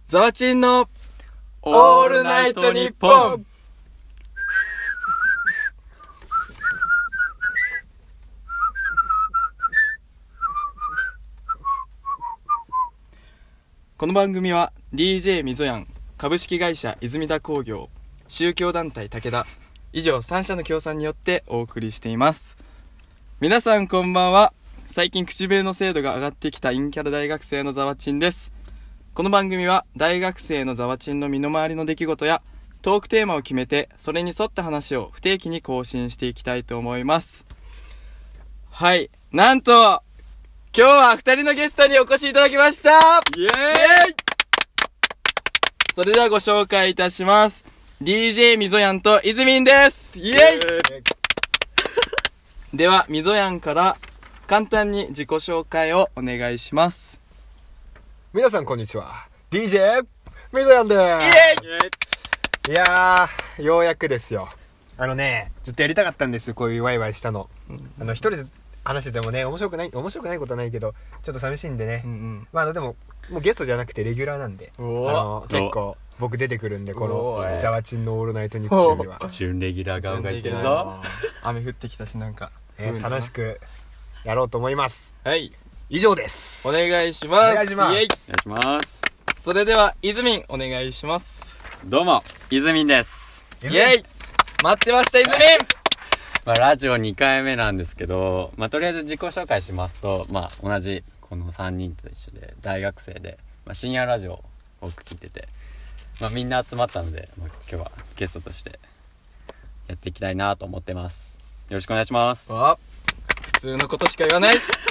ザワチンのオールナイトニッポン。この番組は DJ みぞやん、株式会社泉田工業、宗教団体武田、以上3社の協賛によってお送りしています。皆さんこんばんは。最近口笛の精度が上がってきた陰キャラ大学生のザワチンです。この番組は大学生のザワチンの身の回りの出来事やトークテーマを決めて、それに沿った話を不定期に更新していきたいと思います。はい、なんと今日は2人のゲストにお越しいただきました。イエーイ。それではご紹介いたします。 DJ みぞやんといずみんです。イエーイ。ではみぞやんから簡単に自己紹介をお願いします。 皆さんこんにちは、 DJ みぞやんです。 イエーイ。 いやー、ようやくですよ。ずっとやりたかったんです、こういうワイワイしたの。一人で話しててもね、面白くないことはないけど、ちょっと寂しいんでね、でももうゲストじゃなくてレギュラーなんで、結構僕出てくるんで、このザワチンのオールナイトニッポンには準レギュラーが動いてるぞ。 雨降ってきたし、なんか、 楽しくやろうと思います。 はい、 以上です。 お願いします。 お願いします。 イエイ。 お願いします。 それではイズミンお願いします。 どうも、いずみんです。 イエイ。待ってました、イズミン。 ラジオ2回目なんですけど、とりあえず自己紹介しますと、同じこの3人と一緒で大学生で、深夜ラジオを多く聞いてて、みんな集まったので、今日はゲストとしてやっていきたいなと思ってます。よろしくお願いします。 普通のことしか言わない。